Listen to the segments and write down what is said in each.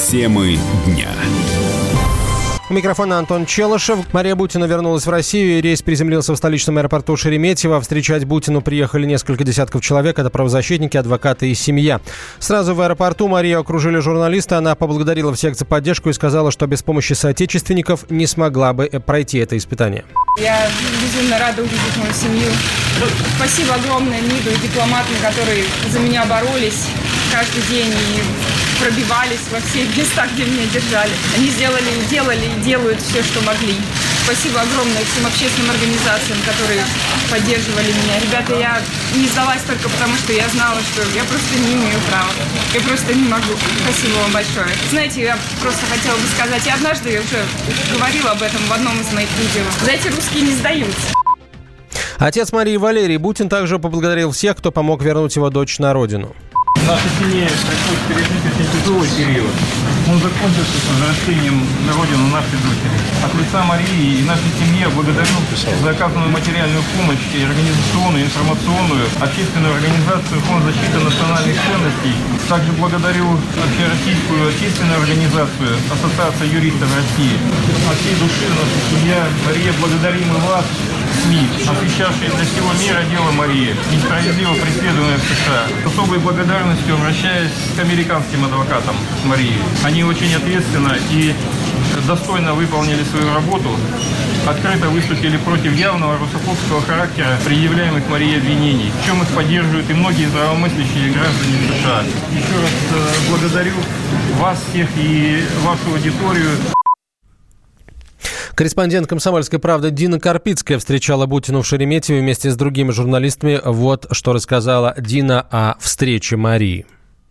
Темы дня. У микрофона Антон Челышев. Мария Бутина вернулась в Россию, и рейс приземлился в столичном аэропорту Шереметьево. Встречать Бутину приехали несколько десятков человек. Это правозащитники, адвокаты и семья. Сразу в аэропорту Марию окружили журналисты. Она поблагодарила всех за поддержку и сказала, что без помощи соотечественников не смогла бы пройти это испытание. Я безумно рада увидеть мою семью. Спасибо огромное МИДу и дипломатам, которые за меня боролись каждый день и пробивались во все места, где меня держали. Они делали и делают все, что могли. Спасибо огромное всем общественным организациям, которые поддерживали меня. Ребята, я не сдалась только потому, что я знала, что я просто не имею права. Я просто не могу. Спасибо вам большое. Знаете, я просто хотела бы сказать, я однажды уже говорила об этом в одном из моих видео. Знаете, русские не сдаются. Отец Марии Валерий Бутин также поблагодарил всех, кто помог вернуть его дочь на родину. Наша семья пришлось пережить очень тяжелый период. Он закончился с возвращением на родину нашей дочери. От лица Марии и нашей семьи благодарю за оказанную материальную помощь и организационную, информационную, общественную организацию Фонд защиты национальных ценностей. Также благодарю общероссийскую отечественную организацию Ассоциация юристов России. От всей души наша семья, Мария, благодарим и вас, СМИ, освещавшие для всего мира дело Марии, несправедливо преследуемой в США. С особой благодарностью обращаюсь к американским адвокатам Марии. Они очень ответственно и достойно выполнили свою работу, открыто выступили против явного русофобского характера предъявляемых Марии обвинений, в чем их поддерживают и многие здравомыслящие граждане США. Еще раз благодарю вас всех и вашу аудиторию. Корреспондент «Комсомольской правды» Дина Карпицкая встречала Бутину в Шереметьеве вместе с другими журналистами. Вот что рассказала Дина о встрече Марии.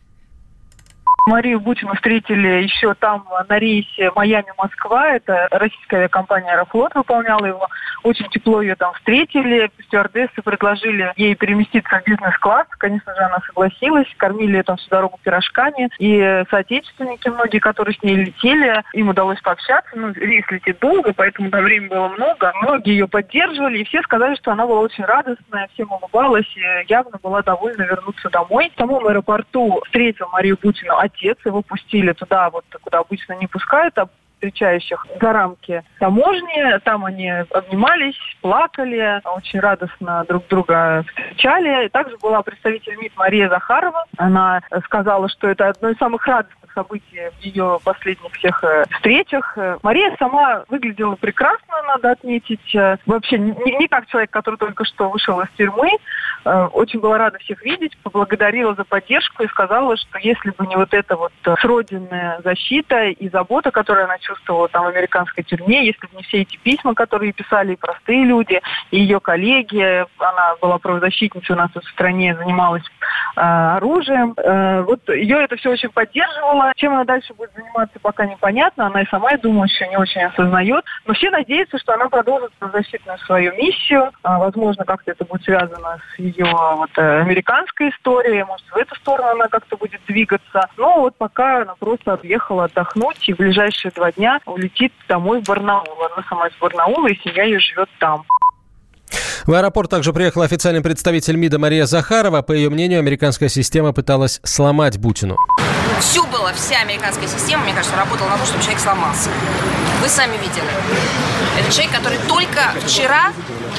Марию Бутину встретили еще там на рейсе Майами-Москва. Это российская авиакомпания «Аэрофлот» выполняла его. Очень тепло ее там встретили. Стюардессы предложили ей переместиться в бизнес-класс. Конечно же, она согласилась. Кормили ее там всю дорогу пирожками. И соотечественники многие, которые с ней летели, им удалось пообщаться. Рейс летит долго, поэтому там времени было много. Многие ее поддерживали. И все сказали, что она была очень радостная, всем улыбалась и явно была довольна вернуться домой. В самом аэропорту встретил Марию Бутину отец. Его пустили туда, вот куда обычно не пускают встречающих, за рамки таможни. Там они обнимались, плакали, очень радостно друг друга встречали. И также была представитель МИД Мария Захарова. Она сказала, что это одно из самых радостных событий в ее последних всех встречах. Мария сама выглядела прекрасно, надо отметить. Вообще не как человек, который только что вышел из тюрьмы. Очень была рада всех видеть, поблагодарила за поддержку и сказала, что если бы не вот эта вот сродинная защита и забота, которую она чувствовала там в американской тюрьме, если бы не все эти письма, которые писали и простые люди, и ее коллеги, она была правозащитницей у нас в стране, занималась оружием. Вот ее это все очень поддерживало. Чем она дальше будет заниматься, пока непонятно. Она и сама, я думаю, еще не очень осознает. Но все надеются, что она продолжит правозащитную свою миссию. Возможно, как-то это будет связано с ее американской историей. Может, в эту сторону она как-то будет двигаться. Но вот пока она просто отъехала отдохнуть и в ближайшие 2 дня улетит домой в Барнаул. Она сама из Барнаула, и семья ее живет там. В аэропорт также приехал официальный представитель МИДа Мария Захарова. По ее мнению, американская система пыталась сломать Бутину. Вся американская система, мне кажется, работала на то, чтобы человек сломался. Вы сами видели. Это человек, который только вчера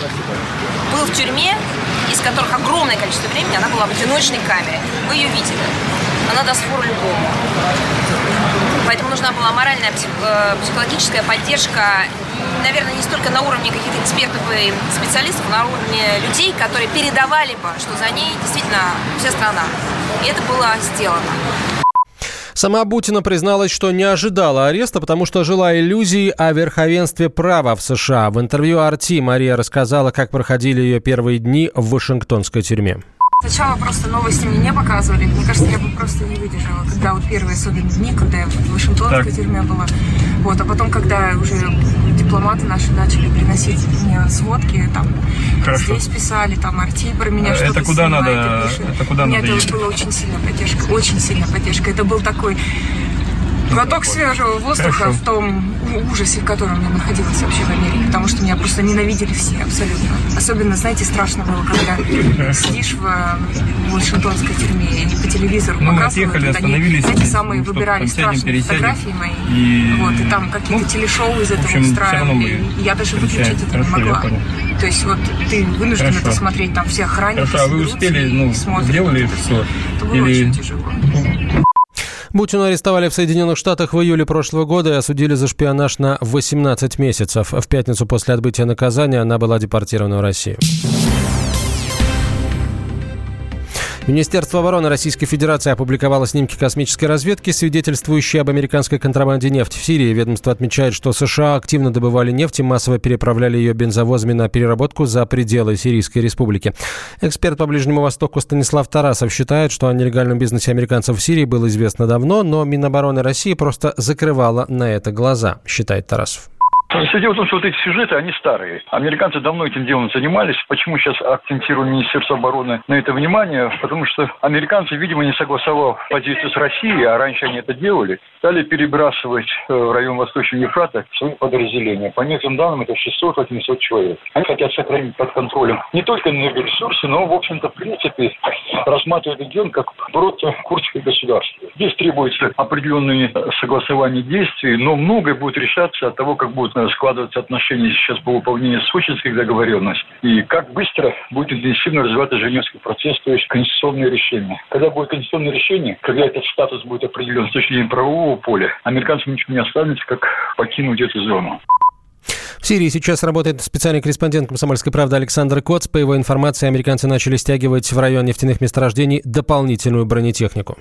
был в тюрьме, из которых огромное количество времени она была в одиночной камере. Вы ее видели. Она даст фору любому. Поэтому нужна была моральная, психологическая поддержка, наверное, не столько на уровне каких-то экспертов и специалистов, а на уровне людей, которые передавали бы, что за ней действительно вся страна. И это было сделано. Сама Бутина призналась, что не ожидала ареста, потому что жила иллюзией о верховенстве права в США. В интервью RT Мария рассказала, как проходили ее первые дни в вашингтонской тюрьме. Сначала просто новости мне не показывали. Мне кажется, я бы просто не выдержала, когда вот первые особенно дни, когда я в вашингтонской тюрьме была. Вот, а потом, когда уже дипломаты наши начали приносить мне сводки, там здесь писали, там Арти про меня что-то снимает и пишет. Это куда Нет, надо это была очень сильная поддержка, очень сильная поддержка. Это был такой Глоток свежего воздуха в том ужасе, в котором я находилась вообще в Америке, потому что меня просто ненавидели все абсолютно. Особенно, знаете, страшно было, когда сидишь в Вашингтонской тюрьме, и они по телевизору показывают, они эти самые выбирали страшные фотографии мои, и там какие-то телешоу из этого устраивали, и я даже выключить это не могла. То есть вот ты вынужден это смотреть, там все охранники а вы успели, сделали все? Это было очень тяжело. Бутину арестовали в Соединенных Штатах в июле прошлого года и осудили за шпионаж на 18 месяцев. В пятницу после отбытия наказания она была депортирована в Россию. Министерство обороны Российской Федерации опубликовало снимки космической разведки, свидетельствующие об американской контрабанде нефти в Сирии. Ведомство отмечает, что США активно добывали нефть и массово переправляли ее бензовозами на переработку за пределы Сирийской республики. Эксперт по Ближнему Востоку Станислав Тарасов считает, что о нелегальном бизнесе американцев в Сирии было известно давно, но Минобороны России просто закрывала на это глаза, считает Тарасов. Все дело в том, что вот эти сюжеты, они старые. Американцы давно этим делом занимались. Почему сейчас акцентирует Министерство обороны на это внимание? Потому что американцы, видимо, не согласовав позицию с Россией, а раньше они это делали, стали перебрасывать в район Восточного Ефрата свои подразделения. По некоторым данным, это 600-800 человек. Они хотят сохранить под контролем не только энергоресурсы, но, в общем-то, в принципе, рассматривают регион как просто курдское государство. Здесь требуется определенное согласование действий, но многое будет решаться от того, как будут складываться отношения сейчас по выполнению сочинских договоренностей и как быстро будет интенсивно развиваться Женевский процесс, то есть конституционное решение. Когда будет конституционное решение, когда этот статус будет определен с точки зрения правового поля, американцам ничего не останется, как покинуть эту зону. В Сирии сейчас работает специальный корреспондент «Комсомольской правды» Александр Коц. По его информации, американцы начали стягивать в район нефтяных месторождений дополнительную бронетехнику.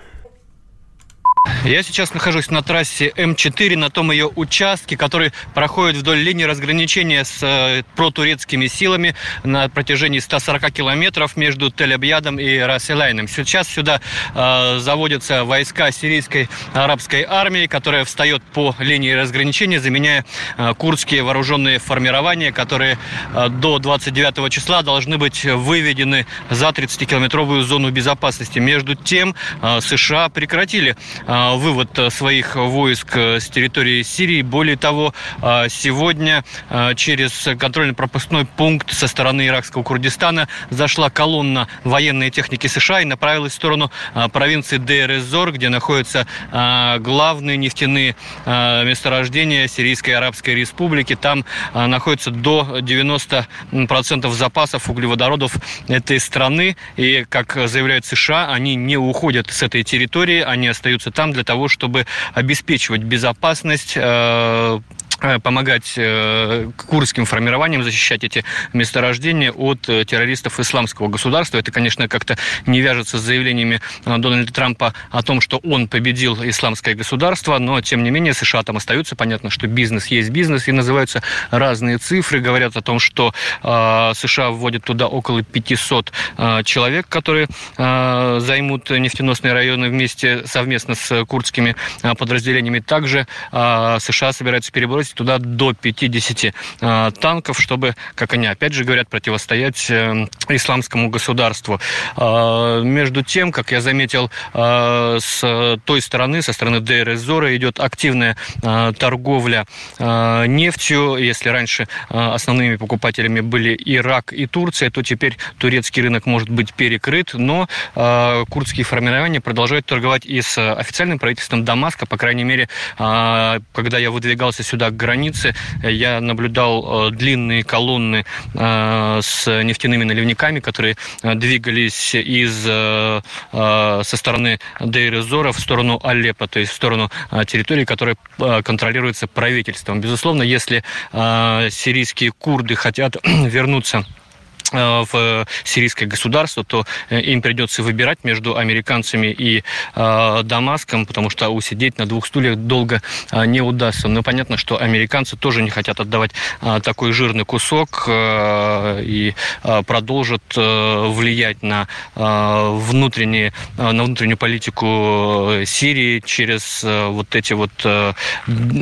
Я сейчас нахожусь на трассе М4, на том ее участке, который проходит вдоль линии разграничения с протурецкими силами на протяжении 140 километров между Тель-Абьядом и Рас-эль-Айном. Сейчас сюда заводятся войска сирийской арабской армии, которая встает по линии разграничения, заменяя курдские вооруженные формирования, которые до 29 числа должны быть выведены за 30-километровую зону безопасности. Между тем, США прекратили вывод своих войск с территории Сирии. Более того, сегодня через контрольно-пропускной пункт со стороны иракского Курдистана зашла колонна военной техники США и направилась в сторону провинции Дейр-эз-Зор, где находятся главные нефтяные месторождения Сирийской Арабской Республики. Там находится до 90% запасов углеводородов этой страны. И, как заявляют США, они не уходят с этой территории, они остаются там для того, чтобы обеспечивать безопасность, помогать курдским формированиям защищать эти месторождения от террористов исламского государства. Это, конечно, как-то не вяжется с заявлениями Дональда Трампа о том, что он победил исламское государство, но, тем не менее, США там остаются. Понятно, что бизнес есть бизнес, и называются разные цифры. Говорят о том, что США вводят туда около 500 человек, которые займут нефтеносные районы совместно с курдскими подразделениями. Также США собираются перебросить туда до 50 танков, чтобы, как они опять же говорят, противостоять исламскому государству. Между тем, как я заметил, с той стороны, со стороны Дейр-эз-Зора идет активная торговля нефтью. Если раньше основными покупателями были Ирак и Турция, то теперь турецкий рынок может быть перекрыт, но курдские формирования продолжают торговать и с официальным правительством Дамаска. По крайней мере, когда я выдвигался сюда к границе, я наблюдал длинные колонны с нефтяными наливниками, которые двигались со стороны Дейр-эз-Зора в сторону Алеппо, то есть в сторону территории, которая контролируется правительством. Безусловно, если сирийские курды хотят вернуться в сирийское государство, то им придется выбирать между американцами и Дамаском, потому что усидеть на двух стульях долго не удастся. Но понятно, что американцы тоже не хотят отдавать такой жирный кусок и продолжат влиять на внутреннюю политику Сирии через вот эти вот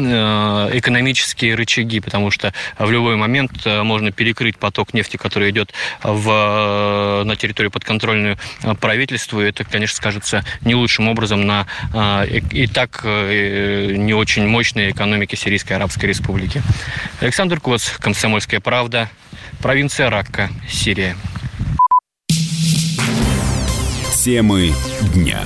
экономические рычаги, потому что в любой момент можно перекрыть поток нефти, который идет на территорию подконтрольную правительству. Это, конечно, скажется не лучшим образом на и так не очень мощной экономике Сирийской Арабской Республики. Александр Коц, «Комсомольская правда», провинция Ракка, Сирия. Темы дня.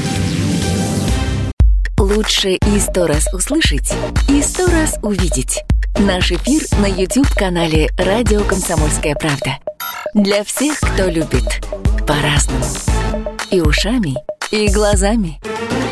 Лучше и 100 раз услышать, и 100 раз увидеть. Наш эфир на YouTube-канале «Радио Комсомольская правда». Для всех, кто любит по-разному. И ушами, и глазами.